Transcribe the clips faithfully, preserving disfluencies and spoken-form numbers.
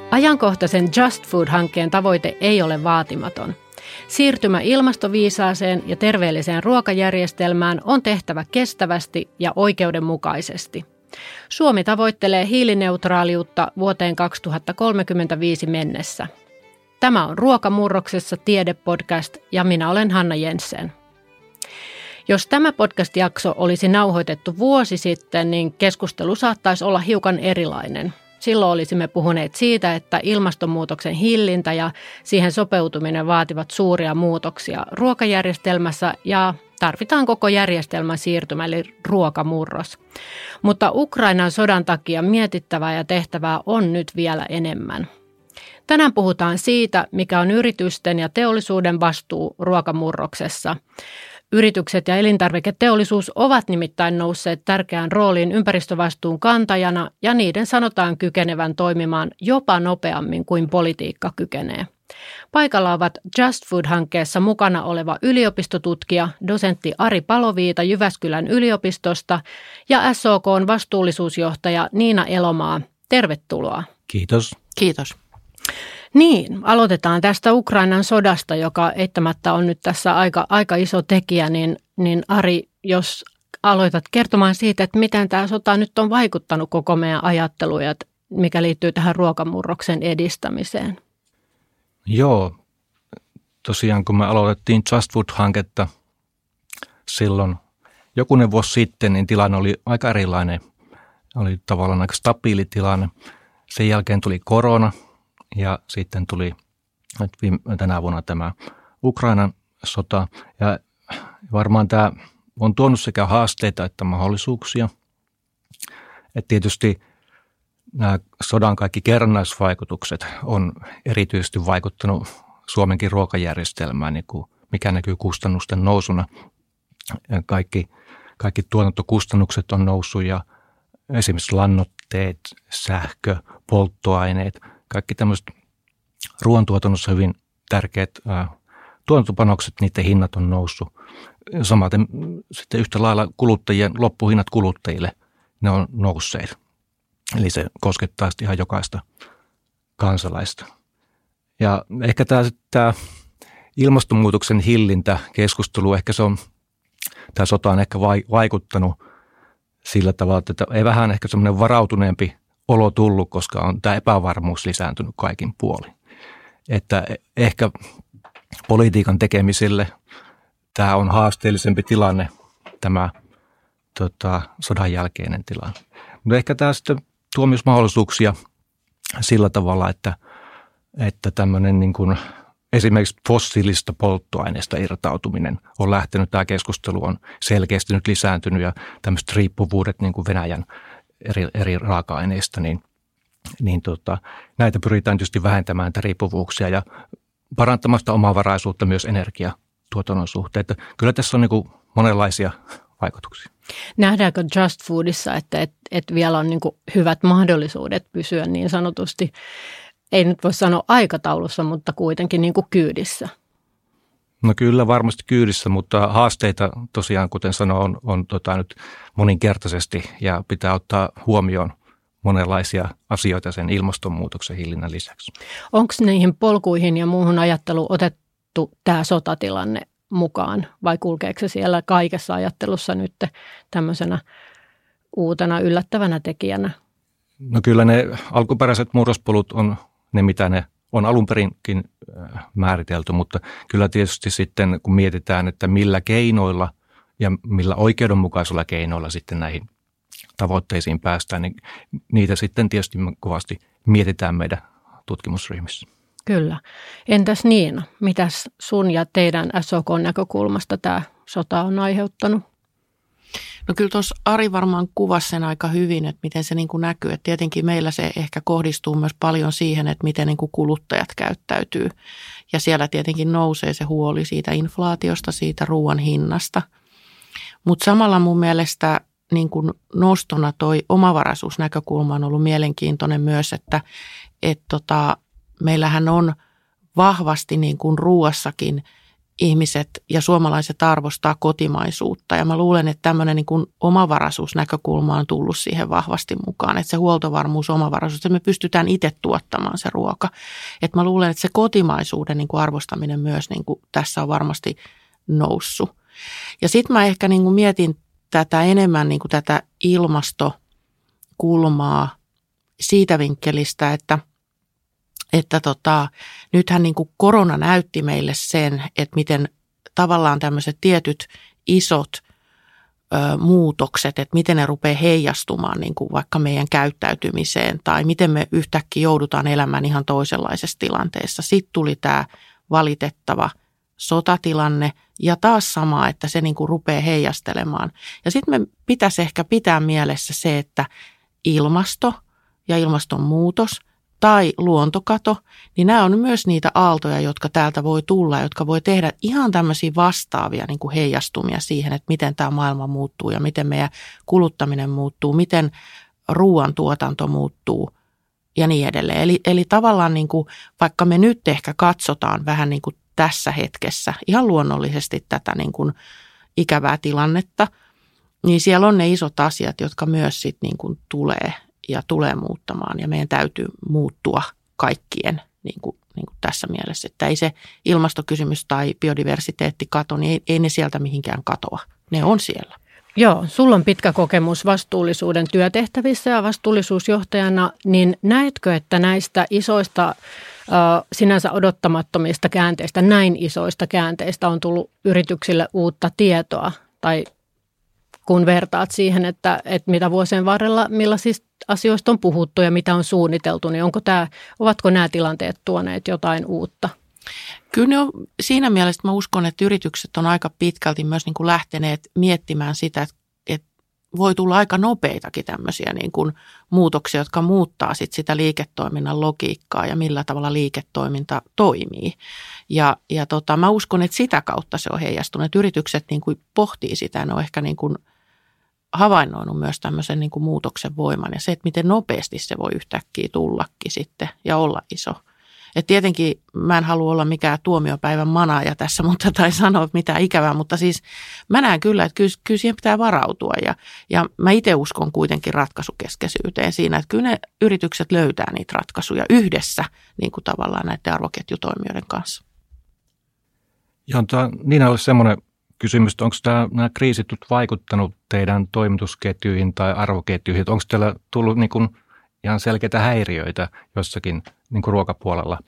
Ajankohtaisen Just Food-hankkeen tavoite ei ole vaatimaton. Siirtymä ilmastoviisaaseen ja terveelliseen ruokajärjestelmään on tehtävä kestävästi ja oikeudenmukaisesti. Suomi tavoittelee hiilineutraaliutta vuoteen kaksituhattakolmekymmentäviisi mennessä. Tämä on Ruokamurroksessa tiedepodcast ja minä olen Hanna Jensen. Jos tämä podcast-jakso olisi nauhoitettu vuosi sitten, niin keskustelu saattaisi olla hiukan erilainen. Silloin olisimme puhuneet siitä, että ilmastonmuutoksen hillintä ja siihen sopeutuminen vaativat suuria muutoksia ruokajärjestelmässä ja tarvitaan koko järjestelmän siirtymä eli ruokamurros. Mutta Ukrainan sodan takia mietittävää ja tehtävää on nyt vielä enemmän. Tänään puhutaan siitä, mikä on yritysten ja teollisuuden vastuu ruokamurroksessa. Yritykset ja elintarviketeollisuus ovat nimittäin nousseet tärkeään rooliin ympäristövastuun kantajana ja niiden sanotaan kykenevän toimimaan jopa nopeammin kuin politiikka kykenee. Paikalla ovat Just Food-hankkeessa mukana oleva yliopistotutkija, dosentti Ari Paloviita Jyväskylän yliopistosta ja S O K:n vastuullisuusjohtaja Niina Elomaa. Tervetuloa. Kiitos. Kiitos. Niin, aloitetaan tästä Ukrainan sodasta, joka eittämättä on nyt tässä aika, aika iso tekijä, niin, niin Ari, jos aloitat kertomaan siitä, että miten tämä sota nyt on vaikuttanut koko meidän ajatteluun ja mikä liittyy tähän ruokamurroksen edistämiseen. Joo, tosiaan kun me aloitettiin Just Food-hanketta silloin jokunen vuosi sitten, niin tilanne oli aika erilainen. Oli tavallaan aika stabiili tilanne. Sen jälkeen tuli korona. Ja sitten tuli nyt viime, tänä vuonna tämä Ukrainan sota. Ja varmaan tämä on tuonut sekä haasteita että mahdollisuuksia. Et tietysti nämä sodan kaikki kerrannaisvaikutukset on erityisesti vaikuttanut Suomenkin ruokajärjestelmään, niin kuin mikä näkyy kustannusten nousuna. Ja kaikki, kaikki tuotantokustannukset on noussut ja esimerkiksi lannoitteet, sähkö, polttoaineet, kaikki tämmöiset ruoantuotannossa hyvin tärkeät ää, tuotantopanokset, niiden hinnat on noussut. Samaten sitten yhtä lailla kuluttajien loppuhinnat kuluttajille, ne on nousseet. Eli se koskettaa sitten ihan jokaista kansalaista. Ja ehkä tämä, tämä ilmastonmuutoksen hillintä keskustelu, ehkä se on, tämä sota on ehkä vaikuttanut sillä tavalla, että ei vähän ehkä semmoinen varautuneempi olo tullut, koska on tämä epävarmuus lisääntynyt kaikin puolin. Että ehkä politiikan tekemiselle tämä on haasteellisempi tilanne, tämä tota, sodan jälkeinen tilanne. Mutta ehkä tämä sitten tuo myös mahdollisuuksia sillä tavalla, että, että tämmöinen niin kuin esimerkiksi fossiilista polttoaineista irtautuminen on lähtenyt, tämä keskustelu on selkeästi nyt lisääntynyt ja tämmöiset riippuvuudet niin kuin Venäjän eri, eri raaka-aineista, niin, niin tota, näitä pyritään tietysti vähentämään näitä riippuvuuksia ja parantamasta omavaraisuutta myös energiatuotannon suhteen. Että kyllä tässä on niin kuin monenlaisia vaikutuksia. Nähdäänkö Just Foodissa, että et, et vielä on niin kuin hyvät mahdollisuudet pysyä niin sanotusti, ei nyt voi sanoa aikataulussa, mutta kuitenkin niin kuin kyydissä? No kyllä varmasti kyydissä, mutta haasteita tosiaan, kuten sanoin, on, on tota nyt moninkertaisesti ja pitää ottaa huomioon monenlaisia asioita sen ilmastonmuutoksen hillinnän lisäksi. Onko niihin polkuihin ja muuhun ajatteluun otettu tämä sotatilanne mukaan vai kulkeeko se siellä kaikessa ajattelussa nyt tämmöisenä uutena yllättävänä tekijänä? No kyllä ne alkuperäiset murrospolut on ne, mitä ne on alun perinkin määritelty, mutta kyllä tietysti sitten kun mietitään, että millä keinoilla ja millä oikeudenmukaisilla keinoilla sitten näihin tavoitteisiin päästään, niin niitä sitten tietysti kovasti mietitään meidän tutkimusryhmissä. Kyllä. Entäs Niina, mitäs sun ja teidän S O K:n näkökulmasta tämä sota on aiheuttanut? No kyllä tuossa Ari varmaan kuvasi sen aika hyvin, että miten se niin kuin näkyy. Että tietenkin meillä se ehkä kohdistuu myös paljon siihen, että miten niin kuin kuluttajat käyttäytyy. Ja siellä tietenkin nousee se huoli siitä inflaatiosta, siitä ruoan hinnasta. Mutta samalla mun mielestä niin kuin nostona toi omavaraisuusnäkökulma on ollut mielenkiintoinen myös, että et tota, meillähän on vahvasti niin kuin ruuassakin ihmiset ja suomalaiset arvostaa kotimaisuutta. Ja mä luulen, että tämmöinen niin kuin omavaraisuusnäkökulma on tullut siihen vahvasti mukaan. Että se huoltovarmuus, omavaraisuus, että me pystytään itse tuottamaan se ruoka. Että mä luulen, että se kotimaisuuden niin kuin arvostaminen myös niin kuin tässä on varmasti noussut. Ja sitten mä ehkä niin kuin mietin tätä enemmän niin kuin tätä ilmastokulmaa siitä vinkkelistä, että Että tota, nythän niin kuin korona näytti meille sen, että miten tavallaan tämmöiset tietyt isot ö, muutokset, että miten ne rupeaa heijastumaan niin kuin vaikka meidän käyttäytymiseen tai miten me yhtäkkiä joudutaan elämään ihan toisenlaisessa tilanteessa. Sitten tuli tämä valitettava sotatilanne ja taas sama, että se niin kuin rupeaa heijastelemaan. Ja sitten me pitäisi ehkä pitää mielessä se, että ilmasto ja ilmastonmuutos – tai luontokato, niin nämä on myös niitä aaltoja, jotka täältä voi tulla, jotka voi tehdä ihan tämmöisiä vastaavia niin kuin heijastumia siihen, että miten tämä maailma muuttuu ja miten meidän kuluttaminen muuttuu, miten ruoantuotanto muuttuu ja niin edelleen. Eli, eli tavallaan niin kuin, vaikka me nyt ehkä katsotaan vähän niin kuin tässä hetkessä ihan luonnollisesti tätä niin kuin ikävää tilannetta, niin siellä on ne isot asiat, jotka myös sitten niin kuin tulee ja tulee muuttamaan ja meidän täytyy muuttua kaikkien niin kuin, niin kuin tässä mielessä. Että ei se ilmastokysymys tai biodiversiteettikato, niin ei, ei ne sieltä mihinkään katoa. Ne on siellä. Joo, sulla on pitkä kokemus vastuullisuuden työtehtävissä ja vastuullisuusjohtajana, niin näetkö, että näistä isoista, äh, sinänsä odottamattomista käänteistä, näin isoista käänteistä on tullut yrityksille uutta tietoa tai kun vertaat siihen, että, että mitä vuosien varrella, millaisista asioista on puhuttu ja mitä on suunniteltu, niin onko tämä, ovatko nämä tilanteet tuoneet jotain uutta? Kyllä ne on, siinä mielessä mä uskon, että yritykset on aika pitkälti myös niin kuin lähteneet miettimään sitä, että, että voi tulla aika nopeitakin tämmöisiä niin kuin muutoksia, jotka muuttaa sit sitä liiketoiminnan logiikkaa ja millä tavalla liiketoiminta toimii. Ja, ja tota, mä uskon, että sitä kautta se on heijastunut, että yritykset niin kuin pohtii sitä, ne on ehkä niin kuin havainnoinut myös tämmöisen niin kuin muutoksen voiman ja se, että miten nopeasti se voi yhtäkkiä tullakin sitten ja olla iso. Et tietenkin mä en halua olla mikään tuomiopäivän manaaja tässä, mutta tai sanoa mitään ikävää, mutta siis mä näen kyllä, että kyllä, kyllä siihen pitää varautua ja, ja mä itse uskon kuitenkin ratkaisukeskeisyyteen siinä, että kyllä ne yritykset löytää niitä ratkaisuja yhdessä niin kuin tavallaan näiden arvoketjutoimijoiden kanssa. Ja niin olisi semmoinen kysymys, että onko tämä, nämä kriisit vaikuttanut teidän toimitusketjuihin tai arvoketjuihin, että onko teillä tullut niin kuin ihan selkeitä häiriöitä jossakin niin kuin ruokapuolella?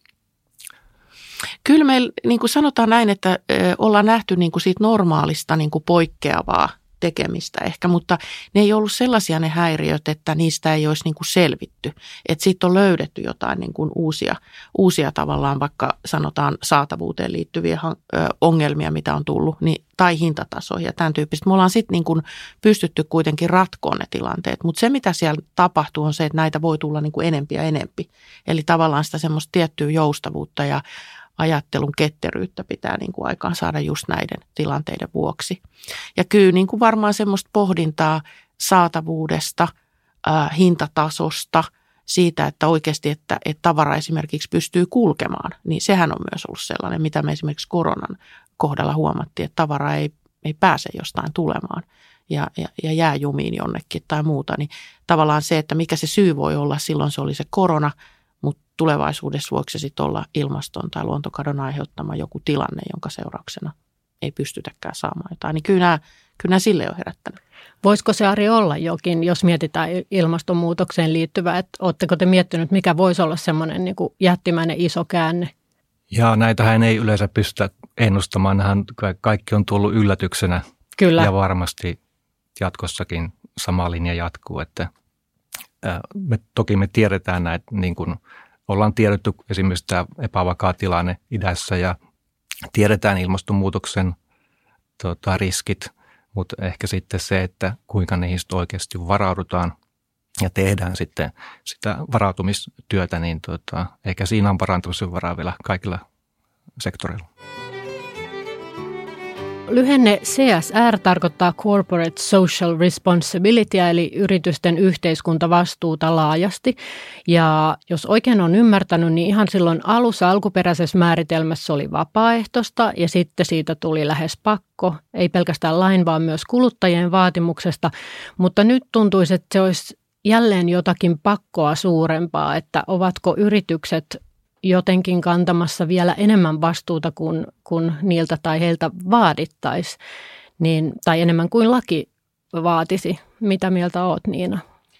Kyllä meillä niin kuin sanotaan näin, että ollaan nähty niin kuin siitä normaalista niin kuin poikkeavaa tekemistä ehkä, mutta ne ei ollut sellaisia ne häiriöt, että niistä ei olisi niin kuin selvitty. Että siitä on löydetty jotain niin kuin uusia, uusia tavallaan vaikka sanotaan saatavuuteen liittyviä ongelmia, mitä on tullut, niin, tai hintatasoja ja tämän tyyppistä. Me ollaan sitten niin kuin pystytty kuitenkin ratkoon ne tilanteet, mutta se mitä siellä tapahtuu on se, että näitä voi tulla niin kuin enempi ja enempi. Eli tavallaan sitä semmoista tiettyä joustavuutta ja ajattelun ketteryyttä pitää niin kuin aikaan saada just näiden tilanteiden vuoksi. Ja kyllä niin kuin varmaan semmoista pohdintaa saatavuudesta, äh, hintatasosta, siitä, että oikeasti, että, että tavara esimerkiksi pystyy kulkemaan, niin sehän on myös ollut sellainen, mitä me esimerkiksi koronan kohdalla huomattiin, että tavara ei, ei pääse jostain tulemaan ja, ja, ja jää jumiin jonnekin tai muuta. Niin tavallaan se, että mikä se syy voi olla, silloin se oli se korona, mutta tulevaisuudessa voiko se sitten olla ilmaston tai luontokadon aiheuttama joku tilanne, jonka seurauksena ei pystytäkään saamaan jotain. Niin kyllä nämä, kyllä nämä sille on herättänyt. Voisiko se, Ari, olla jokin, jos mietitään ilmastonmuutokseen liittyvää, että oletteko te miettinyt, mikä voisi olla semmoinen niin kuin jättimäinen iso käänne? Ja näitähän ei yleensä pystytä ennustamaan. Nämähän kaikki on tullut yllätyksenä. Kyllä. Ja varmasti jatkossakin sama linja jatkuu, että me, toki me tiedetään näitä, niin kuin ollaan tiedetty esimerkiksi tämä epävakaa tilanne idässä ja tiedetään ilmastonmuutoksen tota, riskit, mutta ehkä sitten se, että kuinka niistä oikeasti varaudutaan ja tehdään sitten sitä varautumistyötä, niin tota, ehkä siinä on parantumisen varaa vielä kaikilla sektoreilla. lyhenne C S R tarkoittaa Corporate Social Responsibility, eli yritysten yhteiskuntavastuuta laajasti. Ja jos oikein on ymmärtänyt, niin ihan silloin alussa alkuperäisessä määritelmässä oli vapaaehtoista ja sitten siitä tuli lähes pakko. Ei pelkästään lain, vaan myös kuluttajien vaatimuksesta, mutta nyt tuntuisi, että se olisi jälleen jotakin pakkoa suurempaa, että ovatko yritykset jotenkin kantamassa vielä enemmän vastuuta kuin, kuin niiltä tai heiltä vaadittaisi, niin, tai enemmän kuin laki vaatisi. Mitä mieltä olet, Niina?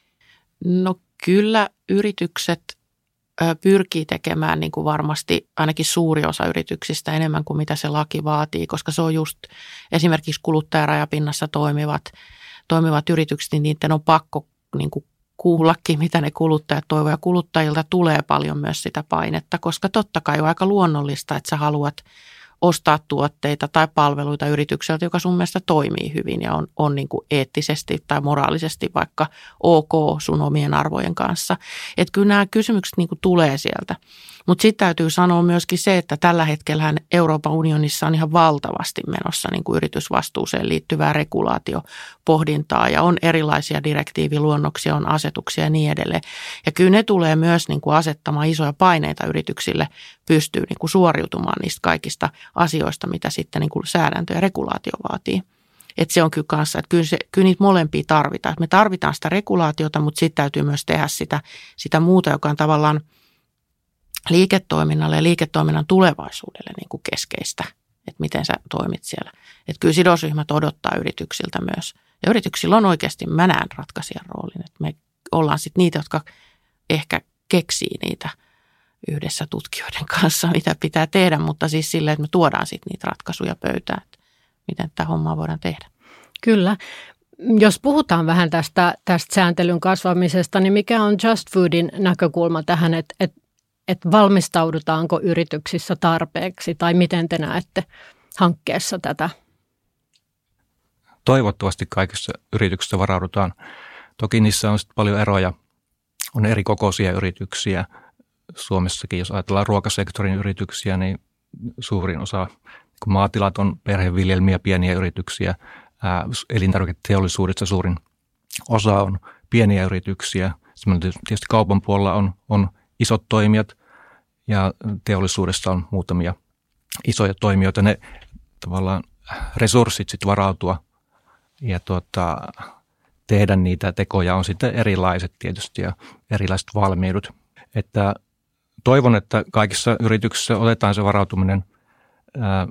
No kyllä yritykset pyrkii tekemään niin kuin varmasti ainakin suuri osa yrityksistä enemmän kuin mitä se laki vaatii, koska se on just esimerkiksi kuluttajarajapinnassa toimivat, toimivat yritykset, niin niiden on pakko niin kuin kuullakin, mitä ne kuluttajat toivovat. Ja kuluttajilta tulee paljon myös sitä painetta, koska totta kai on aika luonnollista, että sä haluat ostaa tuotteita tai palveluita yritykseltä, joka sun mielestä toimii hyvin ja on, on niin kuin eettisesti tai moraalisesti vaikka ok sun omien arvojen kanssa. Että kyllä nämä kysymykset niin kuin tulee sieltä. Mutta sitten täytyy sanoa myöskin se, että tällä hetkellä Euroopan unionissa on ihan valtavasti menossa niin kuin yritysvastuuseen liittyvää regulaatiopohdintaa ja on erilaisia direktiiviluonnoksia, on asetuksia ja niin edelleen. Ja kyllä ne tulee myös niin kuin asettamaan isoja paineita yrityksille pystyy niin kuin suoriutumaan niistä kaikista asioista, mitä sitten niin kuin säädäntö ja regulaatio vaatii. Että se on kyllä kanssa, että kyllä, se, kyllä niitä molempia tarvitaan. Me tarvitaan sitä regulaatiota, mutta sitten täytyy myös tehdä sitä, sitä muuta, joka on tavallaan liiketoiminnalle ja liiketoiminnan tulevaisuudelle niin kuin keskeistä, että miten sä toimit siellä. Että kyllä sidosryhmät odottaa yrityksiltä myös. Ja yrityksillä on oikeasti, mä näen ratkaisijan roolin, että me ollaan sitten niitä, jotka ehkä keksii niitä yhdessä tutkijoiden kanssa, mitä pitää tehdä, mutta siis silleen, että me tuodaan sitten niitä ratkaisuja pöytään, että miten tämä homma voidaan tehdä. Kyllä. Jos puhutaan vähän tästä, tästä sääntelyn kasvamisesta, niin mikä on Just Foodin näkökulma tähän, että, että, että valmistaudutaanko yrityksissä tarpeeksi tai miten te näette hankkeessa tätä? Toivottavasti kaikissa yrityksissä varaudutaan. Toki niissä on sitten paljon eroja. On eri kokoisia yrityksiä. Suomessakin, jos ajatellaan ruokasektorin yrityksiä, niin suurin osa, kun maatilat on perheviljelmiä, pieniä yrityksiä, ää, elintarviketeollisuudessa suurin osa on pieniä yrityksiä. Tietysti kaupan puolella on, on isot toimijat ja teollisuudessa on muutamia isoja toimijoita. Ne tavallaan resurssit sitten varautua ja tuota, tehdä niitä tekoja on sitten erilaiset tietysti ja erilaiset valmiudut. Että toivon, että kaikissa yrityksissä otetaan se varautuminen ää,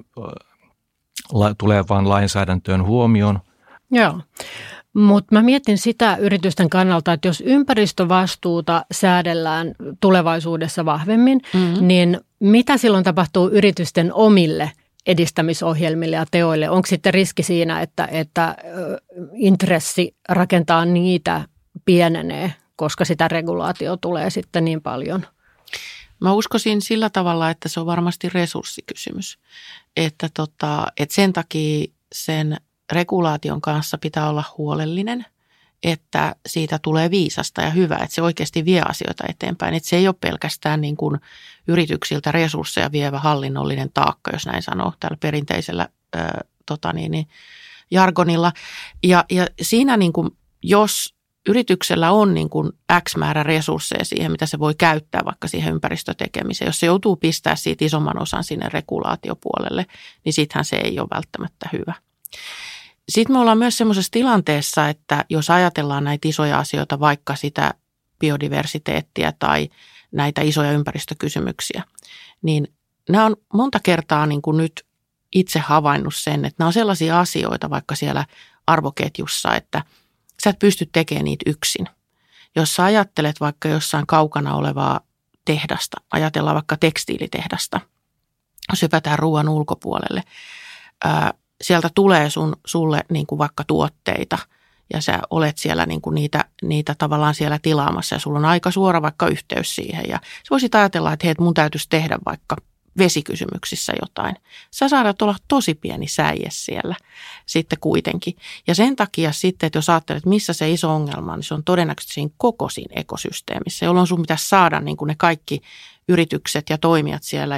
tulevaan lainsäädäntöön huomioon. Joo, mutta mä mietin sitä yritysten kannalta, että jos ympäristövastuuta säädellään tulevaisuudessa vahvemmin, mm-hmm. niin mitä silloin tapahtuu yritysten omille edistämisohjelmille ja teoille? Onko sitten riski siinä, että, että intressi rakentaa niitä pienenee, koska sitä regulaatiota tulee sitten niin paljon? Mä uskoisin sillä tavalla, että se on varmasti resurssikysymys. Että, tota, että sen takia sen regulaation kanssa pitää olla huolellinen, että siitä tulee viisasta ja hyvä, että se oikeasti vie asioita eteenpäin. Että se ei ole pelkästään niin kuin yrityksiltä resursseja vievä hallinnollinen taakka, jos näin sanoo tällä perinteisellä ää, tota niin, niin, jargonilla. Ja, ja siinä niin kuin, jos yrityksellä on niin kuin X määrä resursseja siihen, mitä se voi käyttää vaikka siihen ympäristötekemiseen. Jos se joutuu pistää siitä isomman osan sinne regulaatiopuolelle, niin sittenhän se ei ole välttämättä hyvä. Sitten me ollaan myös semmoisessa tilanteessa, että jos ajatellaan näitä isoja asioita, vaikka sitä biodiversiteettiä tai näitä isoja ympäristökysymyksiä, niin nämä on monta kertaa niin kuin nyt itse havainnut sen, että nämä on sellaisia asioita vaikka siellä arvoketjussa, että sä et pysty tekemään niitä yksin. Jos sä ajattelet vaikka jossain kaukana olevaa tehdasta, ajatellaan vaikka tekstiilitehdasta, jos hypätään ruoan ulkopuolelle, ää, sieltä tulee sun, sulle niin kuin vaikka tuotteita ja sä olet siellä niin kuin niitä, niitä tavallaan siellä tilaamassa ja sulla on aika suora vaikka yhteys siihen. Ja sä voisit ajatella, että hei, mun täytyisi tehdä vaikka vesikysymyksissä jotain. Sä saadaan olla tosi pieni säie siellä sitten kuitenkin. Ja sen takia sitten, että jos ajattelet, että missä se iso ongelma on, niin se on todennäköisesti siinä koko siinä ekosysteemissä, jolloin sun pitäisi saada niin kuin ne kaikki yritykset ja toimijat siellä ja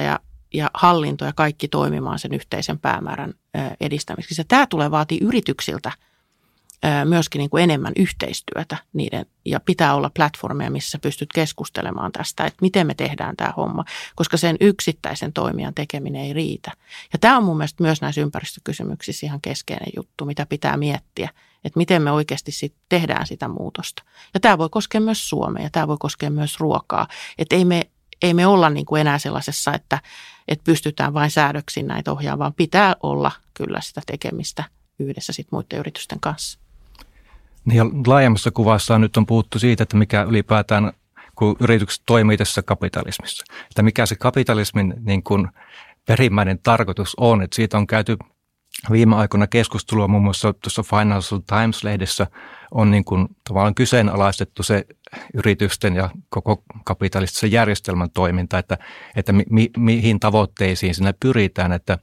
ja hallinto ja kaikki toimimaan sen yhteisen päämäärän edistämiseksi. Ja tämä tulee vaatii yrityksiltä myöskin niin kuin enemmän yhteistyötä niiden, ja pitää olla platformeja, missä pystyt keskustelemaan tästä, että miten me tehdään tämä homma, koska sen yksittäisen toimijan tekeminen ei riitä. Ja tämä on mun mielestä myös näissä ympäristökysymyksissä ihan keskeinen juttu, mitä pitää miettiä, että miten me oikeasti sit tehdään sitä muutosta. Ja tämä voi koskea myös Suomea ja tämä voi koskea myös ruokaa, että ei me, ei me olla niin kuin enää sellaisessa, että, että pystytään vain säädöksiin näitä ohjaamaan, vaan pitää olla kyllä sitä tekemistä yhdessä sit muiden yritysten kanssa. Niin ja laajemmassa kuvassa nyt on puhuttu siitä, että mikä ylipäätään, kun yritykset toimii tässä kapitalismissa, että mikä se kapitalismin niin kuin perimmäinen tarkoitus on, että siitä on käyty viime aikoina keskustelua, muun muassa tuossa Financial Times-lehdessä on niin kuin tavallaan kyseenalaistettu se yritysten ja koko kapitalistisen järjestelmän toiminta, että, että mi, mi, mihin tavoitteisiin siinä pyritään, että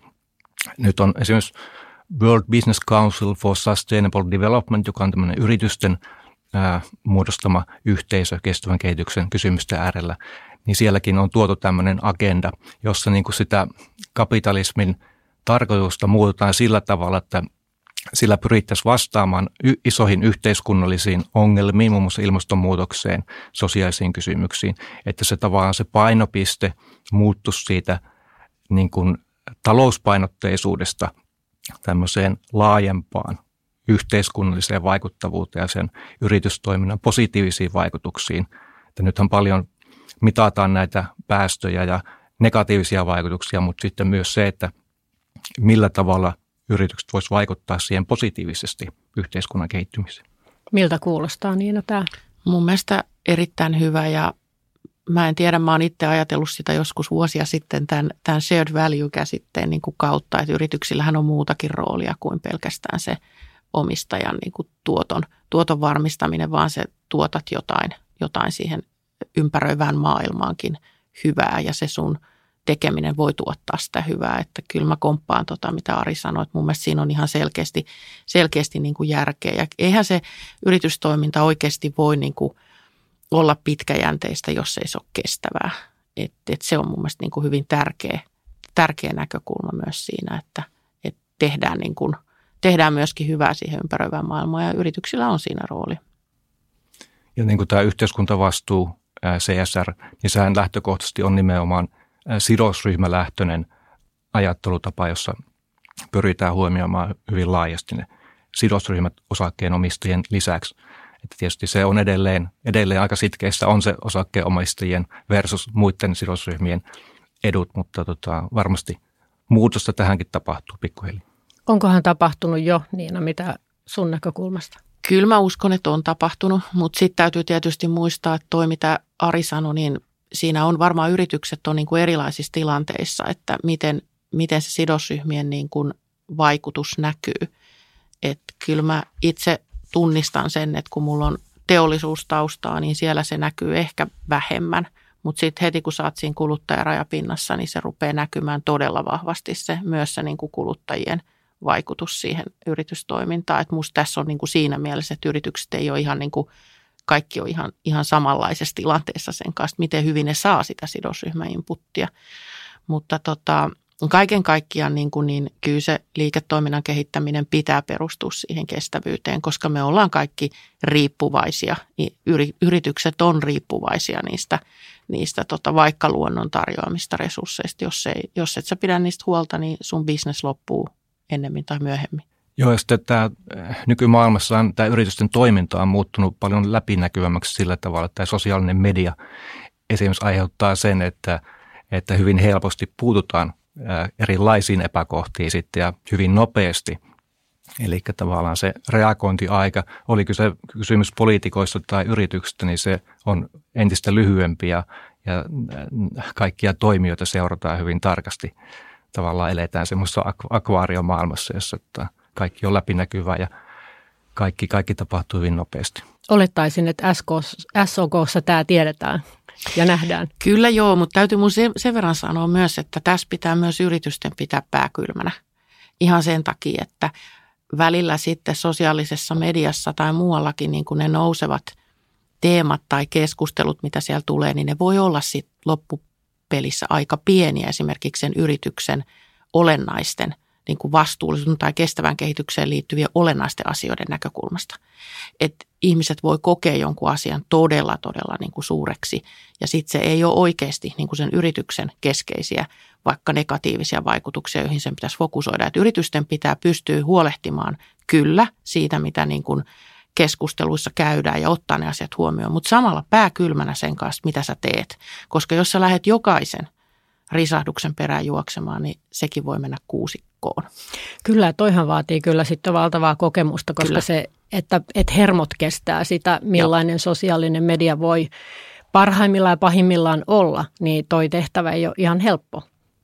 nyt on esimerkiksi World Business Council for Sustainable Development, joka on tämmöinen yritysten ää, muodostama yhteisö kestävän kehityksen kysymysten äärellä, niin sielläkin on tuotu tämmöinen agenda, jossa niin kuin sitä kapitalismin tarkoitusta muutetaan sillä tavalla, että sillä pyrittäisiin vastaamaan y- isoihin yhteiskunnallisiin ongelmiin, muun muassa ilmastonmuutokseen, sosiaalisiin kysymyksiin, että se tavallaan se painopiste muuttuisi siitä niin kuin talouspainotteisuudesta tämmöiseen laajempaan yhteiskunnalliseen vaikuttavuuteen ja sen yritystoiminnan positiivisiin vaikutuksiin. Että nythän paljon mitataan näitä päästöjä ja negatiivisia vaikutuksia, mutta sitten myös se, että millä tavalla yritykset voisivat vaikuttaa siihen positiivisesti yhteiskunnan kehittymiseen. Miltä kuulostaa Niina tämä? Mun mielestä erittäin hyvä ja mä en tiedä, mä oon itse ajatellut sitä joskus vuosia sitten tämän, tämän shared value-käsitteen niin kuin kautta, että yrityksillähän on muutakin roolia kuin pelkästään se omistajan niin kuin tuoton, tuoton varmistaminen, vaan se tuotat jotain, jotain siihen ympäröivään maailmaankin hyvää ja se sun tekeminen voi tuottaa sitä hyvää, että kyllä mä komppaan tota, mitä Ari sanoi, että mun mielestä siinä on ihan selkeästi, selkeästi niin kuin järkeä ja eihän se yritystoiminta oikeasti voi niin kuin olla pitkäjänteistä, jos ei se ole kestävää. Et, et se on mun mielestä niin kuin hyvin tärkeä, tärkeä näkökulma myös siinä, että et tehdään, niin kuin, tehdään myöskin hyvää siihen ympäröivään maailmaan ja yrityksillä on siinä rooli. Ja niin kuin tämä yhteiskuntavastuu, C S R, niin sehän lähtökohtaisesti on nimenomaan sidosryhmälähtöinen ajattelutapa, jossa pyritään huomioimaan hyvin laajasti ne sidosryhmät osakkeenomistajien lisäksi. Että tietysti se on edelleen, edelleen aika sitkeässä on se osakkeenomistajien versus muiden sidosryhmien edut, mutta tota, varmasti muutosta tähänkin tapahtuu pikkuhiljaa. Onkohan tapahtunut jo, Niina, mitä sun näkökulmasta? Kyllä mä uskon, että on tapahtunut, mutta sitten täytyy tietysti muistaa, että toi mitä Ari sanoi, niin siinä on varmaan yritykset on niin kuin erilaisissa tilanteissa, että miten, miten se sidosryhmien niin kuin vaikutus näkyy. Että kyllä mä itse tunnistan sen, että kun mulla on teollisuustaustaa, niin siellä se näkyy ehkä vähemmän. Mutta sitten heti kun sä oot siinä kuluttajarajapinnassa, niin se rupeaa näkymään todella vahvasti se myös se niin kuin kuluttajien vaikutus siihen yritystoimintaan. Että musta tässä on niin kuin siinä mielessä, että yritykset ei ole ihan niin kuin, kaikki on ihan, ihan samanlaisessa tilanteessa sen kanssa, miten hyvin ne saa sitä sidosryhmäinputtia. Mutta tota, kaiken kaikkiaan niin kuin niin, kyllä se liiketoiminnan kehittäminen pitää perustua siihen kestävyyteen, koska me ollaan kaikki riippuvaisia. Yritykset on riippuvaisia niistä, niistä tota, vaikka luonnon tarjoamista resursseista. Jos, ei, jos et sä pidä niistä huolta, niin sun business loppuu ennemmin tai myöhemmin. Joo, ja sitten tämä nykymaailmassa tämä yritysten toiminta on muuttunut paljon läpinäkyvämmäksi sillä tavalla, että tämä sosiaalinen media esimerkiksi aiheuttaa sen, että, että hyvin helposti puututaan erilaisiin epäkohtiin sitten ja hyvin nopeasti. Eli tavallaan se reagointiaika, oli kyse kysymys poliitikoista tai yrityksistä, niin se on entistä lyhyempi ja, ja kaikkia toimijoita seurataan hyvin tarkasti. Tavallaan eletään semmoisessa akvaariomaailmassa, jossa kaikki on läpinäkyvää ja kaikki, kaikki tapahtuu hyvin nopeasti. Olettaisin, että S O K:ssa tämä tiedetään ja nähdään. Kyllä joo, mutta täytyy mun sen verran sanoa myös, että tässä pitää myös yritysten pitää pää kylmänä. Ihan sen takia, että välillä sitten sosiaalisessa mediassa tai muuallakin niin kun ne nousevat teemat tai keskustelut, mitä siellä tulee, niin ne voi olla sitten loppu, loppupelissä aika pieniä esimerkiksi sen yrityksen olennaisten niin kuin vastuullisuuden tai kestävään kehitykseen liittyviä olennaisten asioiden näkökulmasta. Että ihmiset voi kokea jonkun asian todella, todella niin kuin suureksi ja sitten se ei ole oikeasti niin kuin sen yrityksen keskeisiä, vaikka negatiivisia vaikutuksia, joihin sen pitäisi fokusoida. Että yritysten pitää pystyä huolehtimaan kyllä siitä, mitä niin kuin keskusteluissa käydään ja ottaa ne asiat huomioon, mutta samalla pää kylmänä sen kanssa, mitä sä teet. Koska jos sä lähdet jokaisen risahduksen perään juoksemaan, niin sekin voi mennä kuusikkoon. Kyllä, toihan vaatii kyllä sitten valtavaa kokemusta, koska kyllä. se, että, että hermot kestää sitä, millainen Joo. sosiaalinen media voi parhaimmillaan ja pahimmillaan olla, niin toi tehtävä ei ole ihan helppo.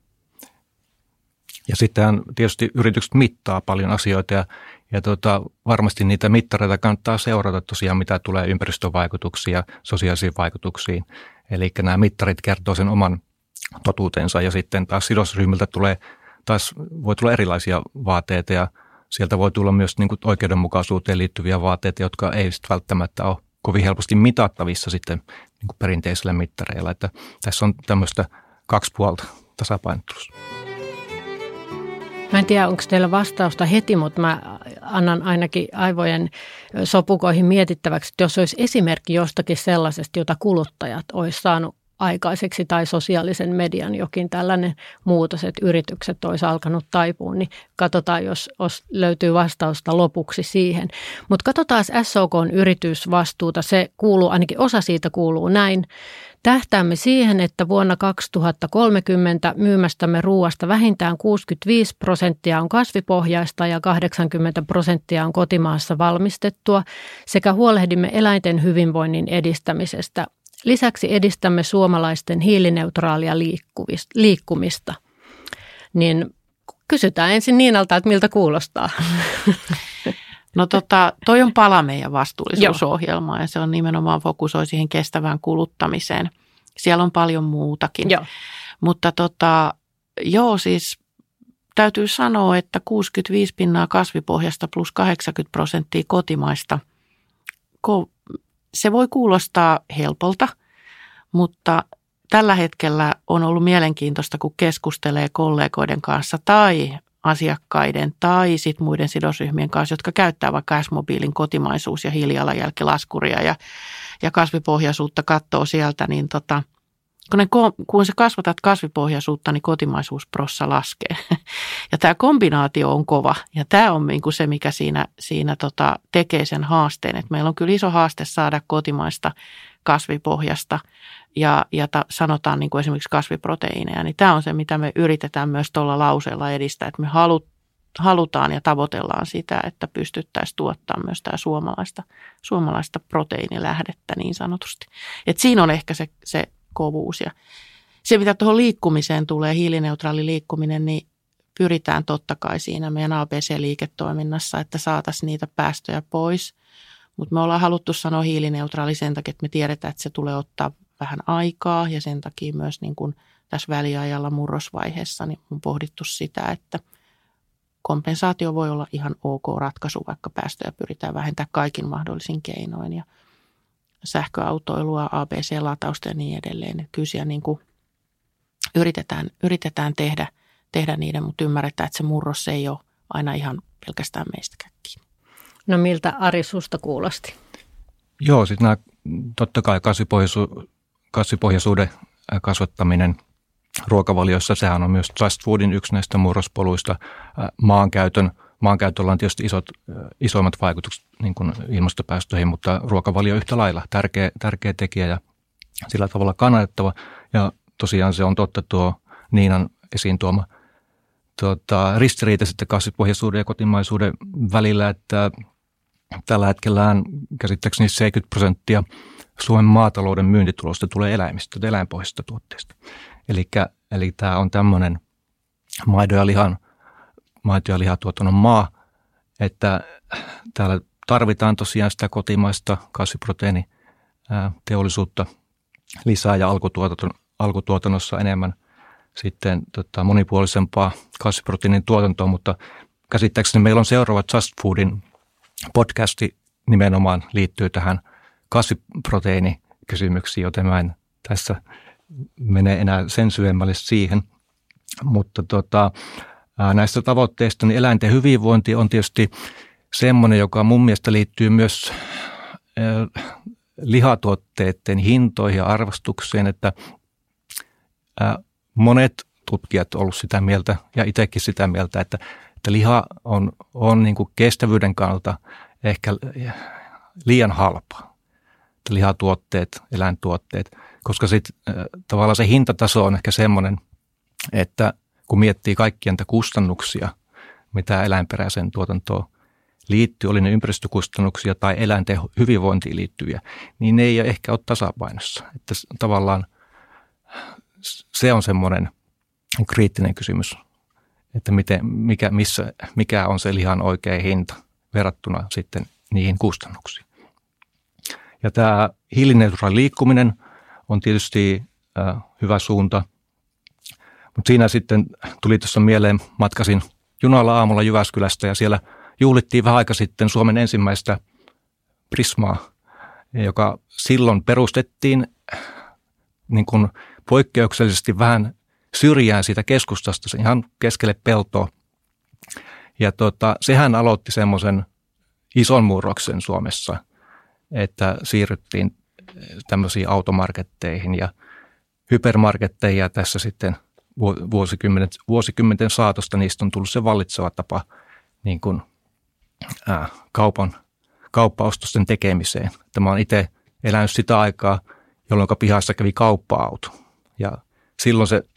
Ja sitten tietysti yritykset mittaa paljon asioita ja, ja tota, varmasti niitä mittareita kannattaa seurata tosiaan, mitä tulee ympäristövaikutuksiin ja sosiaalisiin vaikutuksiin. Eli nämä mittarit kertoo sen oman totuutensa ja sitten taas sidosryhmiltä tulee, taas voi tulla erilaisia vaateita ja sieltä voi tulla myös niin kuin oikeudenmukaisuuteen liittyviä vaateita, jotka ei välttämättä ole kovin helposti mitattavissa sitten niin kuin perinteisillä mittareilla. Että tässä on tämmöistä kaksi puolta tasapainottelusta. Mä en tiedä, onko teillä vastausta heti, mutta mä annan ainakin aivojen sopukoihin mietittäväksi, että jos olisi esimerkki jostakin sellaisesta, jota kuluttajat olisi saanut aikaiseksi tai sosiaalisen median jokin tällainen muutos, että yritykset olisi alkanut taipua, niin katsotaan, jos, jos löytyy vastausta lopuksi siihen. Mutta katsotaan S O K:n yritysvastuuta, se kuuluu, ainakin osa siitä kuuluu näin. Tähtäämme siihen, että vuonna kaksituhattakolmekymmentä myymästämme ruuasta vähintään kuusikymmentäviisi prosenttia on kasvipohjaista ja kahdeksankymmentä prosenttia on kotimaassa valmistettua sekä huolehdimme eläinten hyvinvoinnin edistämisestä. Lisäksi edistämme suomalaisten hiilineutraalia liikkumista. Niin kysytään ensin Niinalta, että miltä kuulostaa. No tota, toi on pala meidän vastuullisuusohjelmaa ja se on nimenomaan fokusoi siihen kestävään kuluttamiseen. Siellä on paljon muutakin. Joo. Mutta tota, joo siis täytyy sanoa, että kuusikymmentäviisi pinnaa kasvipohjasta plus kahdeksankymmentä prosenttia kotimaista. Se voi kuulostaa helpolta, mutta tällä hetkellä on ollut mielenkiintoista, kun keskustelee kollegoiden kanssa tai asiakkaiden tai sit muiden sidosryhmien kanssa, jotka käyttää vaikka S-mobiilin kotimaisuus- ja hiilijalanjälkilaskuria ja, ja kasvipohjaisuutta katsoo sieltä, niin tota, kun, ne, kun sä kasvatat kasvipohjaisuutta, niin kotimaisuusprossa laskee. Ja tämä kombinaatio on kova ja tämä on niinku se, mikä siinä, siinä tota, tekee sen haasteen. Et meillä on kyllä iso haaste saada kotimaista kasvipohjasta ja, ja ta, sanotaan niin kuin esimerkiksi kasviproteiineja, niin tämä on se, mitä me yritetään myös tuolla lauseella edistää, että me halut, halutaan ja tavoitellaan sitä, että pystyttäisiin tuottamaan myös tämä suomalaista, suomalaista proteiinilähdettä niin sanotusti. Et siinä on ehkä se, se kovuus ja se, mitä tuohon liikkumiseen tulee, hiilineutraali liikkuminen, niin pyritään totta kai siinä meidän A B C-liiketoiminnassa, että saataisiin niitä päästöjä pois. Mutta me ollaan haluttu sanoa hiilineutraali sen takia, että me tiedetään, että se tulee ottaa vähän aikaa ja sen takia myös niin kuin tässä väliajalla murrosvaiheessa niin on pohdittu sitä, että kompensaatio voi olla ihan ok ratkaisu, vaikka päästöjä pyritään vähentämään kaikin mahdollisin keinoin ja sähköautoilua, A B C-latausta ja niin edelleen. Että kyllä siellä niin kuin yritetään, yritetään tehdä, tehdä niiden, mutta ymmärretään, että se murros ei ole aina ihan pelkästään meistäkään kiinni. No miltä Ari susta kuulosti? Joo, sitten nämä totta kai kasvipohjaisu, kasvipohjaisuuden kasvattaminen ruokavalioissa, sehän on myös Just Foodin yksi näistä murrospoluista. Maankäytön, maankäytöllä on tietysti isot, isoimmat vaikutukset niin kuin ilmastopäästöihin, mutta ruokavalio yhtä lailla tärkeä, tärkeä tekijä ja sillä tavalla kannatettava. Ja tosiaan se on totta tuo Niinan esiin tuoma tuota, ristiriita sitten kasvipohjaisuuden ja kotimaisuuden välillä, että tällä hetkellä käsittääkseni seitsemänkymmentä prosenttia Suomen maatalouden myyntitulosta tulee eläimistä, eläinpohjaisista tuotteista. Elikkä, eli tämä on tämmöinen maidon ja lihan, maito- ja lihatuotannon maa, että täällä tarvitaan tosiaan sitä kotimaista kasviproteiiniteollisuutta lisää ja alkutuotannon, alkutuotannossa enemmän sitten tota, monipuolisempaa kasviproteiinin tuotantoa, mutta käsittääkseni meillä on seuraava Just Foodin podcasti nimenomaan liittyy tähän kasviproteiinikysymyksiin, joten mä en tässä mene enää sen syvemmälle siihen. Mutta tota, näistä tavoitteista niin eläinten hyvinvointi on tietysti semmoinen, joka mun mielestä liittyy myös lihatuotteiden hintoihin ja arvostukseen, että monet tutkijat ovat olleet sitä mieltä ja itsekin sitä mieltä, että, että liha on, on niin kuin kestävyyden kannalta ehkä liian halpaa. Että lihatuotteet, eläintuotteet, koska sitten tavallaan se hintataso on ehkä semmoinen, että kun miettii kaikkia niitä kustannuksia, mitä eläinperäiseen tuotantoon liittyy, oli ne ympäristökustannuksia tai eläinten hyvinvointiin liittyviä, niin ne ei ehkä ole tasapainossa. Että tavallaan se on semmoinen kriittinen kysymys, että miten, mikä, missä, mikä on se lihan oikea hinta verrattuna sitten niihin kustannuksiin. Ja tämä hiilineutraali liikkuminen on tietysti äh, hyvä suunta, mutta siinä sitten tuli tuossa mieleen, matkasin junalla aamulla Jyväskylästä ja siellä juhlittiin vähän aika sitten Suomen ensimmäistä Prismaa, joka silloin perustettiin niin kuin poikkeuksellisesti vähän syrjään siitä keskustasta, ihan keskelle peltoa. Ja tota, sehän aloitti semmoisen ison murroksen Suomessa, että siirryttiin tämmöisiin automarketteihin ja hypermarketteihin ja tässä sitten vuosikymmenten, vuosikymmenten saatosta niistä on tullut se vallitseva tapa niin kuin, ää, kaupan, kauppaostosten tekemiseen. Mä oon itse elänyt sitä aikaa, jolloin pihassa kävi kauppa-auto. Ja silloin se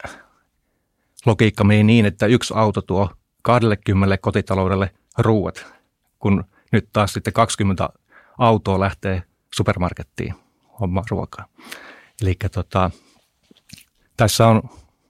logiikka meni niin, että yksi auto tuo kaksikymmentä kotitaloudelle ruuat, kun nyt taas sitten kaksikymmentä autoa lähtee supermarkettiin hommaan ruokaa. Eli tota, tässä on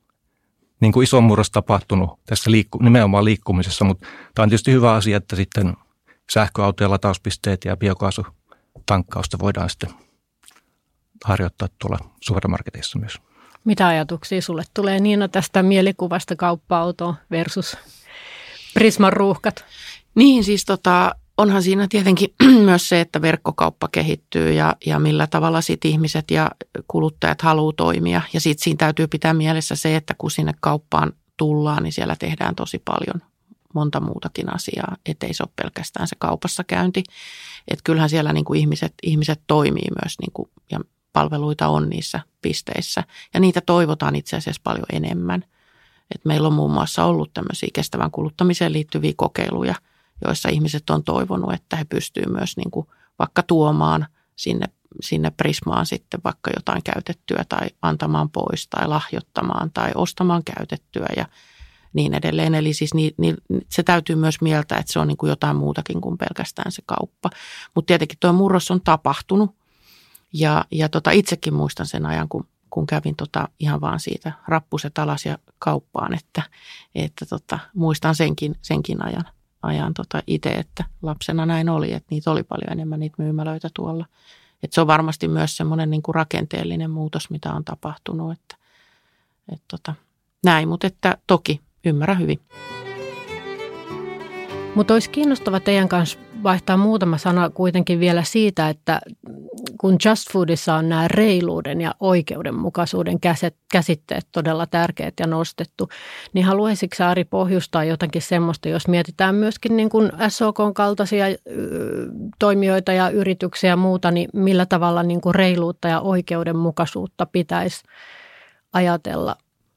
niin kuin iso murros tapahtunut tässä liikku, nimenomaan liikkumisessa, mutta tämä on tietysti hyvä asia, että sitten sähköautojen latauspisteet ja biokaasutankkausta voidaan sitten harjoittaa tuolla supermarketeissa myös. Mitä ajatuksia sulle tulee, Niina, tästä mielikuvasta kauppa-auto versus Prisman ruuhkat? Niin, siis tota, onhan siinä tietenkin myös se, että verkkokauppa kehittyy ja, ja millä tavalla sit ihmiset ja kuluttajat haluaa toimia. Ja sitten siinä täytyy pitää mielessä se, että kun sinne kauppaan tullaan, niin siellä tehdään tosi paljon monta muutakin asiaa, ettei se ole pelkästään se kaupassa käynti. Että kyllähän siellä niin kuin ihmiset, ihmiset toimii myös niin kuin, ja palveluita on niissä pisteissä ja niitä toivotaan itse asiassa paljon enemmän. Et meillä on muun muassa ollut tämmöisiä kestävän kuluttamiseen liittyviä kokeiluja, joissa ihmiset on toivonut, että he pystyvät myös niin kuin vaikka tuomaan sinne, sinne Prismaan sitten vaikka jotain käytettyä tai antamaan pois tai lahjoittamaan tai ostamaan käytettyä ja niin edelleen. Eli siis niin, niin, se täytyy myös mieltää, että se on niin kuin jotain muutakin kuin pelkästään se kauppa. Mutta tietenkin tuo murros on tapahtunut ja, ja tota, itsekin muistan sen ajan, kun, kun kävin tota ihan vaan siitä rappuset alas ja kauppaan, että, että tota, muistan senkin, senkin ajan. ajan tota itse, että lapsena näin oli, että niitä oli paljon enemmän niitä myymälöitä tuolla. Että se on varmasti myös semmoinen niin kuin rakenteellinen muutos, mitä on tapahtunut, että, että tota, näin, mutta että toki ymmärrän hyvin. Mutta olisi kiinnostava teidän kanssa vaihtaa muutama sana kuitenkin vielä siitä, että kun Just Foodissa on nämä reiluuden ja oikeudenmukaisuuden käsitteet todella tärkeät ja nostettu, niin haluaisitko sä, Ari, pohjustaa jotakin semmoista, jos mietitään myöskin niin kuin S O K:n kaltaisia toimijoita ja yrityksiä ja muuta, niin millä tavalla niin kuin reiluutta ja oikeudenmukaisuutta pitäisi ajatella?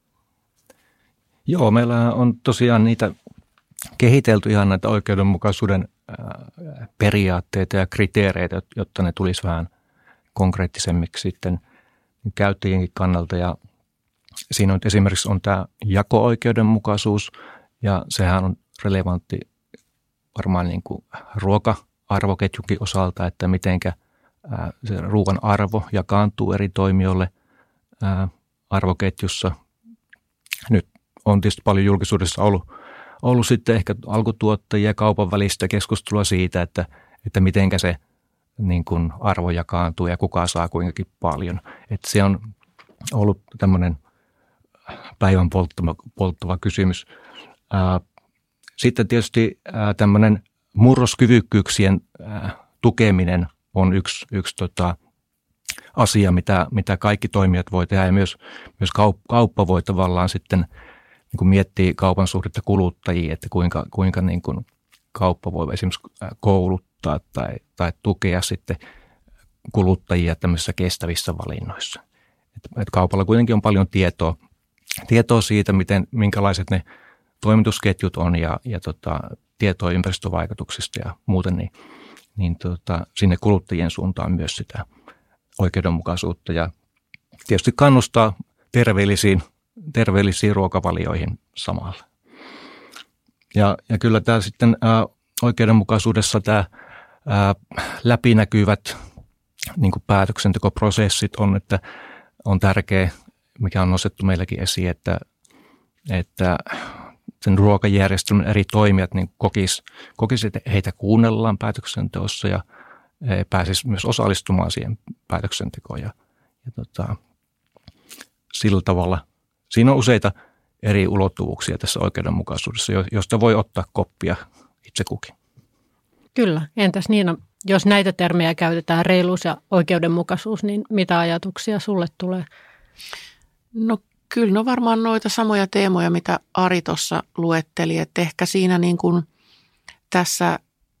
Joo, meillä on tosiaan niitä kehitelty ihan näitä oikeudenmukaisuuden periaatteita ja kriteereitä, jotta ne tulisi vähän konkreettisemmiksi sitten käyttäjienkin kannalta. Ja siinä on esimerkiksi on tämä jako-oikeudenmukaisuus ja sehän on relevantti varmaan niin kuin ruoka-arvoketjunkin osalta, että mitenkä se ruoan arvo jakaantuu eri toimijoille arvoketjussa. Nyt on tietysti paljon julkisuudessa ollut ollut sitten ehkä alkutuottajia ja kaupan välistä keskustelua siitä, että, että mitenkä se niin kuin arvo jakaantuu ja kuka saa kuinkakin paljon. Että se on ollut tämmöinen päivän polttava, polttava kysymys. Sitten tietysti tämmöinen murroskyvykkyyksien tukeminen on yksi, yksi tota, asia, mitä, mitä kaikki toimijat voi tehdä ja myös, myös kauppa voi tavallaan sitten niin kuin miettiä kaupan suhdetta kuluttajiin, että kuinka, kuinka niin kuin kauppa voi esimerkiksi kouluttaa tai, tai tukea sitten kuluttajia tämmöisissä kestävissä valinnoissa. Et, et kaupalla kuitenkin on paljon tietoa, tietoa siitä, miten, minkälaiset ne toimitusketjut on ja, ja tota, tietoa ympäristövaikutuksista ja muuten, niin, niin tota, sinne kuluttajien suuntaan myös sitä oikeudenmukaisuutta ja tietysti kannustaa terveellisiin, terveellisiin ruokavalioihin samalla. Ja, ja kyllä tämä sitten ää, oikeudenmukaisuudessa tämä ää, läpinäkyvät niin kuin päätöksentekoprosessit on, että on tärkeä, mikä on nostettu meilläkin esiin, että, että sen ruokajärjestelmän eri toimijat niin kokis, kokis, että heitä kuunnellaan päätöksenteossa ja he pääsisivät myös osallistumaan siihen päätöksentekoon. Ja, ja tota, sillä tavalla siinä on useita eri ulottuvuuksia tässä oikeudenmukaisuudessa, josta voi ottaa koppia itse kukin. Kyllä. Entäs Niina, jos näitä termejä käytetään, reiluus ja oikeudenmukaisuus, niin mitä ajatuksia sulle tulee? No kyllä, no varmaan noita samoja teemoja, mitä Ari tuossa luetteli, että ehkä siinä niin kuin tässä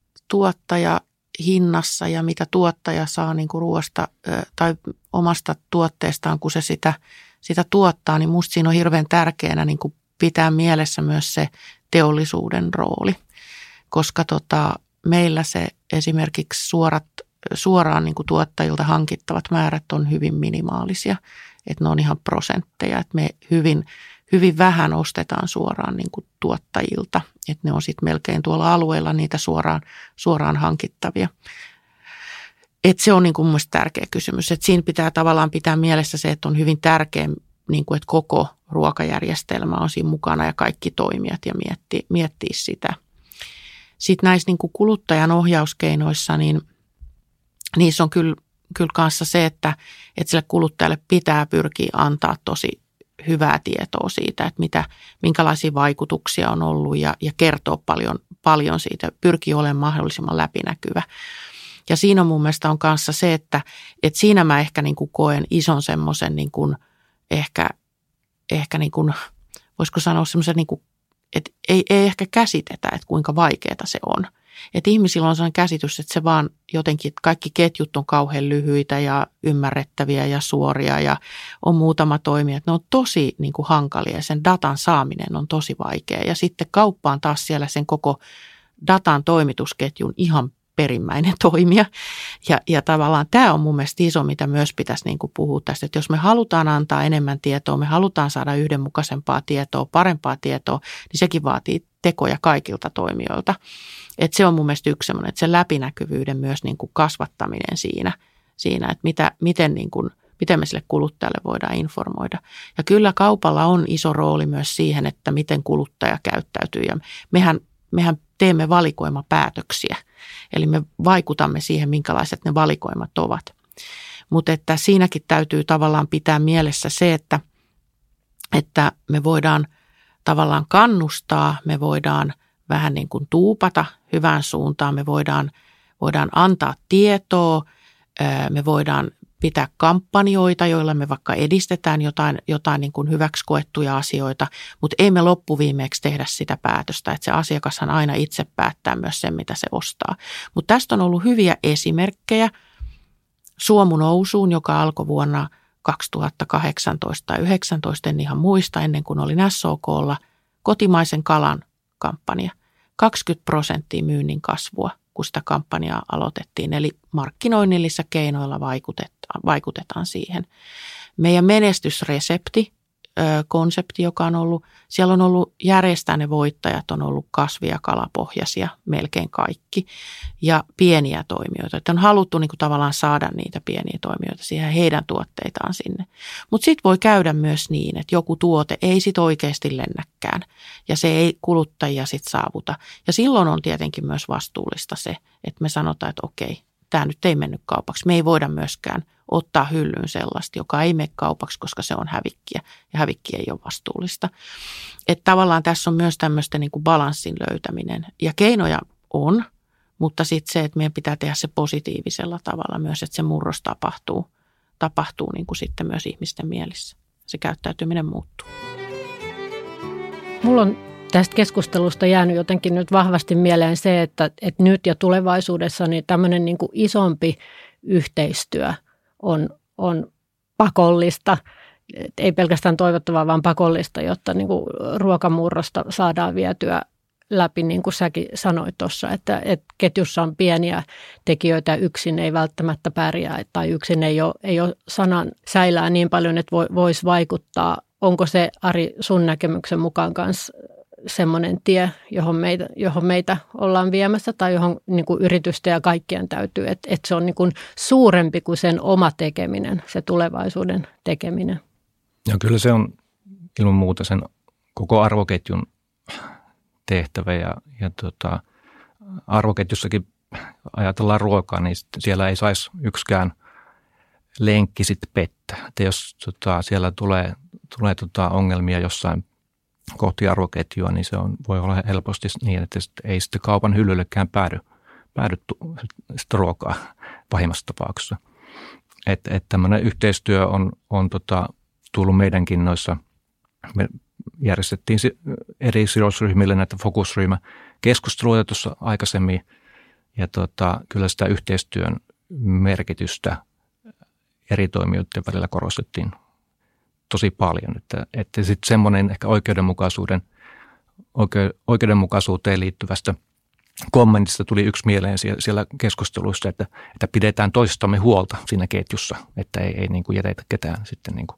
tuottajahinnassa ja mitä tuottaja saa niin kuin ruoasta tai omasta tuotteestaan, kun se sitä, sitä tuottaa, niin musta siinä on hirveän tärkeänä niin kuin pitää mielessä myös se teollisuuden rooli, koska tota, meillä se esimerkiksi suorat, suoraan niin kuin tuottajilta hankittavat määrät on hyvin minimaalisia, että ne on ihan prosentteja, että me hyvin, hyvin vähän ostetaan suoraan niin kuin tuottajilta, että ne on sitten melkein tuolla alueella niitä suoraan, suoraan hankittavia. Että se on niin kuin mun mielestä tärkeä kysymys, että siinä pitää tavallaan pitää mielessä se, että on hyvin tärkeä, niin kuin, että koko ruokajärjestelmä on siinä mukana ja kaikki toimijat ja miettii, miettii sitä. Sitten näissä niin kuin kuluttajan ohjauskeinoissa, niin niissä on kyllä, kyllä kanssa se, että, että sille kuluttajalle pitää pyrkiä antaa tosi hyvää tietoa siitä, että mitä, minkälaisia vaikutuksia on ollut ja, ja kertoa paljon, paljon siitä, pyrkii olemaan mahdollisimman läpinäkyvä. Ja siinä on mun mielestä on kanssa se, että, että siinä mä ehkä niin kuin koen ison semmoisen niin kuin ehkä, ehkä niin kuin, voisiko sanoa semmoisen niin kuin, että ei, ei ehkä käsitetä, että kuinka vaikeaa se on. Että ihmisillä on sellainen käsitys, että se vaan jotenkin, että kaikki ketjut on kauhean lyhyitä ja ymmärrettäviä ja suoria ja on muutama toimija. Että ne on tosi niin kuin hankalia ja sen datan saaminen on tosi vaikea. Ja sitten kauppa on taas siellä sen koko datan toimitusketjun ihan perimmäinen toimija. Ja, ja tavallaan tämä on mun mielestä iso, mitä myös pitäisi niin kuin puhua tästä, että jos me halutaan antaa enemmän tietoa, me halutaan saada yhdenmukaisempaa tietoa, parempaa tietoa, niin sekin vaatii tekoja kaikilta toimijoilta. Että se on mun mielestä yksi semmoinen, että se läpinäkyvyyden myös niin kuin kasvattaminen siinä, siinä että mitä, miten, niin kuin, miten me sille kuluttajalle voidaan informoida. Ja kyllä kaupalla on iso rooli myös siihen, että miten kuluttaja käyttäytyy ja mehän, mehän teemme valikoimapäätöksiä. Eli me vaikutamme siihen, minkälaiset ne valikoimat ovat. Mutta että siinäkin täytyy tavallaan pitää mielessä se, että, että me voidaan tavallaan kannustaa, me voidaan vähän niin kuin tuupata hyvään suuntaan, me voidaan, voidaan antaa tietoa, me voidaan pitää kampanjoita, joilla me vaikka edistetään jotain, jotain niin kuin hyväksi koettuja asioita, mutta ei me loppuviimeeksi tehdä sitä päätöstä, että se asiakashan aina itse päättää myös sen, mitä se ostaa. Mutta tästä on ollut hyviä esimerkkejä Suomu-nousuun, joka alkoi vuonna kaksituhattakahdeksantoista tai yhdeksäntoista, en ihan muista, ennen kuin olin S O K:lla, kotimaisen kalan kampanja. kaksikymmentä prosenttia myynnin kasvua, kun sitä kampanjaa aloitettiin. Eli markkinoinnillisilla keinoilla vaikutetaan, vaikutetaan siihen. Meidän menestysresepti, konsepti, joka on ollut, siellä on ollut järjestää ne voittajat, on ollut kasvi- ja kalapohjaisia melkein kaikki ja pieniä toimijoita. Että on haluttu niin kuin tavallaan saada niitä pieniä toimijoita siihen heidän tuotteitaan sinne. Mutta sitten voi käydä myös niin, että joku tuote ei sit oikeasti lennäkään ja se ei kuluttajia sitten saavuta. Ja silloin on tietenkin myös vastuullista se, että me sanotaan, että okei, tämä nyt ei mennyt kaupaksi. Me ei voida myöskään ottaa hyllyyn sellaista, joka ei mene kaupaksi, koska se on hävikkiä ja hävikki ei ole vastuullista. Että tavallaan tässä on myös tämmöistä niin kuin balanssin löytäminen ja keinoja on, mutta sitten se, että meidän pitää tehdä se positiivisella tavalla myös, että se murros tapahtuu, tapahtuu niin kuin sitten myös ihmisten mielissä. Se käyttäytyminen muuttuu. Mulla on tästä keskustelusta jäänyt jotenkin nyt vahvasti mieleen se, että, että nyt ja tulevaisuudessa niin tämmöinen niin kuin isompi yhteistyö on, on pakollista. Ei pelkästään toivottavaa, vaan pakollista, jotta niin kuin ruokamurrosta saadaan vietyä läpi, niin kuin säkin sanoit tuossa, että, että ketjussa on pieniä tekijöitä ja yksin ei välttämättä pärjää tai yksin ei ole, ei ole sanan säilää niin paljon, että voisi vaikuttaa. Onko se, Ari, sun näkemyksen mukaan kanssa semmoinen tie, johon meitä, johon meitä ollaan viemässä tai johon niin kuin yritysten ja kaikkien täytyy, että, että se on niin kuin suurempi kuin sen oma tekeminen, se tulevaisuuden tekeminen? Ja kyllä se on ilman muuta sen koko arvoketjun tehtävä ja, ja tota, arvoketjussakin ajatellaan ruokaa, niin siellä ei saisi yksikään lenkki sitten pettää. Että jos tota, siellä tulee, tulee tota ongelmia jossain kohti arvoketjua, niin se on, voi olla helposti niin, että ei sitten kaupan hyllyllekään päädy, päädy sitä ruokaa pahimmassa tapauksessa. Että et tämmöinen yhteistyö on, on tota, tullut meidänkin noissa, me järjestettiin eri sidosryhmille näitä fokusryhmäkeskusteluita tuossa aikaisemmin ja tota, kyllä sitä yhteistyön merkitystä eri toimijoiden välillä korostettiin tosi paljon, että, että sitten semmoinen ehkä oikeudenmukaisuuden, oikeudenmukaisuuteen liittyvästä kommentista tuli yksi mieleen siellä keskusteluissa, että, että pidetään toisistamme huolta siinä ketjussa, että ei, ei niin kuin jätetä ketään sitten niin kuin,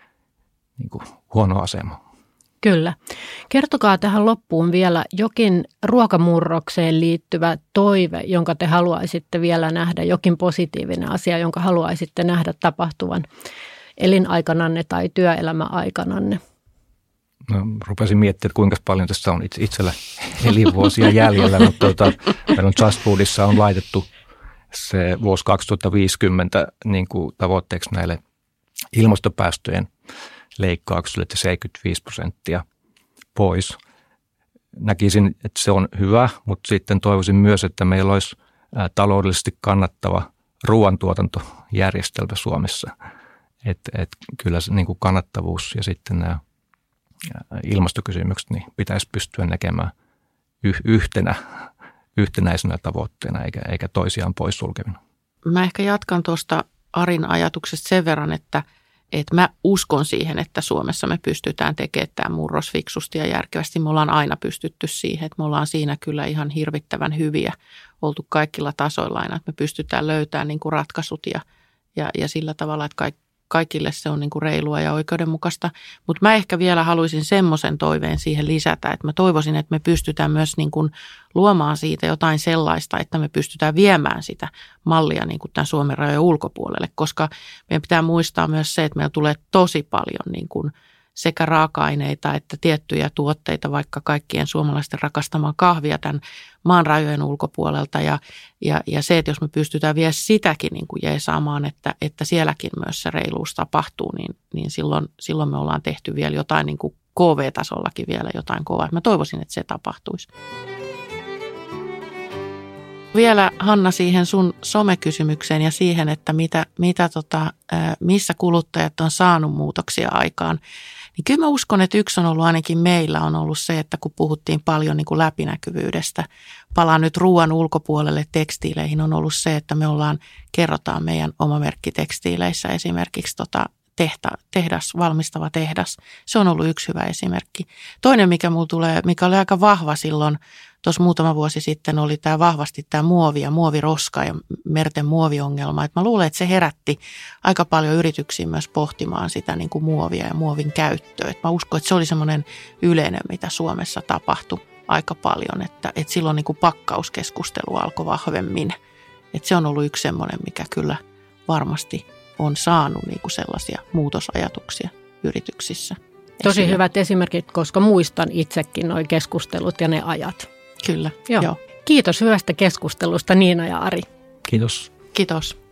niin kuin huonoa asemaa. Kyllä. Kertokaa tähän loppuun vielä jokin ruokamurrokseen liittyvä toive, jonka te haluaisitte vielä nähdä, jokin positiivinen asia, jonka haluaisitte nähdä tapahtuvan elinaikananne tai työelämäaikananne. No, rupesin miettimään, että kuinka paljon tässä on itse, itsellä elinvuosia jäljellä, mutta tuota, meillä on Just Foodissa on laitettu se vuosi kaksituhattaviisikymmentä niin kuin tavoitteeksi näille ilmastopäästöjen leikkauksille, että seitsemänkymmentäviisi prosenttia pois. Näkisin, että se on hyvä, mutta sitten toivoisin myös, että meillä olisi taloudellisesti kannattava ruoantuotantojärjestelmä Suomessa. Että et kyllä se niin kuin kannattavuus ja sitten nämä ilmastokysymykset niin pitäisi pystyä näkemään yhtenä, yhtenäisenä tavoitteena eikä, eikä toisiaan poissulkevina. Mä ehkä jatkan tuosta Arin ajatuksesta sen verran, että Että mä uskon siihen, että Suomessa me pystytään tekemään tämä murros fiksusti ja järkevästi. Me ollaan aina pystytty siihen, että me ollaan siinä kyllä ihan hirvittävän hyviä oltu kaikilla tasoilla aina, että me pystytään löytämään niin kuin ratkaisut ja, ja, ja sillä tavalla, että kaikki, kaikille se on niin kuin reilua ja oikeudenmukaista. Mutta mä ehkä vielä haluaisin semmoisen toiveen siihen lisätä, että mä toivoisin, että me pystytään myös niin kuin luomaan siitä jotain sellaista, että me pystytään viemään sitä mallia niin kuin tämän Suomen rajojen ulkopuolelle, koska meidän pitää muistaa myös se, että meillä tulee tosi paljon niin kuin sekä raaka-aineita että tiettyjä tuotteita, vaikka kaikkien suomalaisten rakastamaan kahvia tämän maan rajojen ulkopuolelta. Ja, ja, ja se, että jos me pystytään vielä sitäkin niin kuin jeesaamaan, että, että sielläkin myös se reiluus tapahtuu, niin, niin silloin, silloin me ollaan tehty vielä jotain niin kuin K V-tasollakin vielä jotain kovaa. Mä toivoisin, että se tapahtuisi. Vielä Hanna siihen sun somekysymykseen ja siihen, että mitä, mitä tota, missä kuluttajat on saanut muutoksia aikaan. Niin kyllä mä uskon, että yksi on ollut ainakin meillä on ollut se, että kun puhuttiin paljon niin kuin läpinäkyvyydestä, palaan nyt ruoan ulkopuolelle tekstiileihin, on ollut se, että me ollaan, kerrotaan meidän omamerkkitekstiileissä esimerkiksi tota tehta, tehdas, valmistava tehdas. Se on ollut yksi hyvä esimerkki. Toinen, mikä mulla tulee, mikä oli aika vahva silloin, tuossa muutama vuosi sitten oli tämä vahvasti tämä muovi ja muoviroska ja merten muoviongelma. Et mä luulen, että se herätti aika paljon yrityksiä myös pohtimaan sitä niin kuin muovia ja muovin käyttöä. Et mä uskon, että se oli semmoinen yleinen, mitä Suomessa tapahtui aika paljon, että, että silloin niin kuin pakkauskeskustelu alkoi vahvemmin. Et se on ollut yksi semmoinen, mikä kyllä varmasti on saanut niin kuin sellaisia muutosajatuksia yrityksissä. Tosi esille. Hyvät esimerkit, koska muistan itsekin nuo keskustelut ja ne ajat. Kyllä, joo. joo. Kiitos hyvästä keskustelusta Niina ja Ari. Kiitos. Kiitos.